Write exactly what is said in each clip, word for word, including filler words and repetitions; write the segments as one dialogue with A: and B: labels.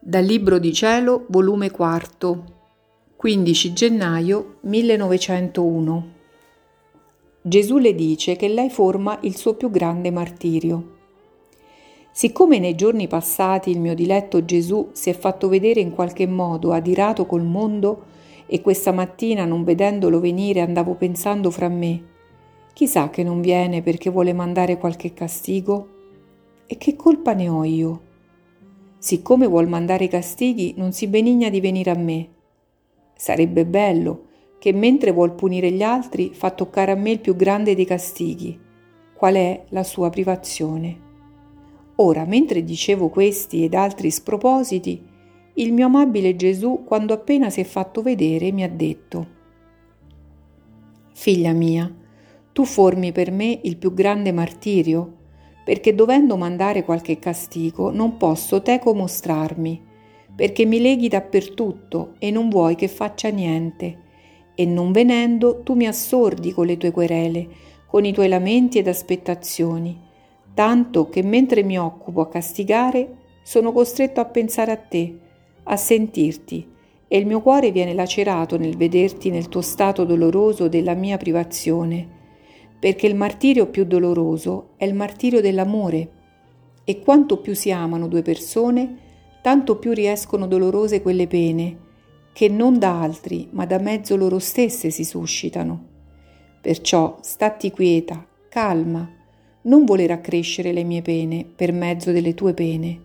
A: Dal Libro di Cielo, volume quarto, quindici gennaio millenovecentouno. Gesù le dice che lei forma il suo più grande martirio. Siccome nei giorni passati il mio diletto Gesù si è fatto vedere in qualche modo adirato col mondo e questa mattina, non vedendolo venire, andavo pensando fra me: chissà che non viene perché vuole mandare qualche castigo? E che colpa ne ho io? Siccome vuol mandare i castighi, non si benigna di venire a me. Sarebbe bello che mentre vuol punire gli altri fa toccare a me il più grande dei castighi, qual è la sua privazione. Ora, mentre dicevo questi ed altri spropositi, il mio amabile Gesù, quando appena si è fatto vedere, mi ha detto: «Figlia mia, tu formi per me il più grande martirio, perché dovendo mandare qualche castigo non posso teco mostrarmi, perché mi leghi dappertutto e non vuoi che faccia niente, e non venendo tu mi assordi con le tue querele, con i tuoi lamenti ed aspettazioni, tanto che mentre mi occupo a castigare sono costretto a pensare a te, a sentirti, e il mio cuore viene lacerato nel vederti nel tuo stato doloroso della mia privazione, perché il martirio più doloroso è il martirio dell'amore, e quanto più si amano due persone, tanto più riescono dolorose quelle pene, che non da altri, ma da mezzo loro stesse si suscitano. Perciò statti quieta, calma, non voler accrescere le mie pene per mezzo delle tue pene».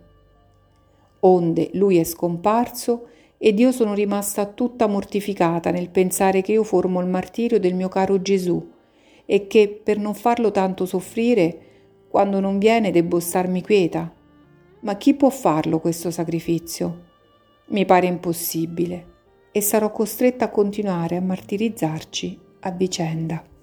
A: Onde lui è scomparso ed io sono rimasta tutta mortificata nel pensare che io formo il martirio del mio caro Gesù e che, per non farlo tanto soffrire, quando non viene debbo starmi quieta. Ma chi può farlo questo sacrificio? Mi pare impossibile e sarò costretta a continuare a martirizzarci a vicenda.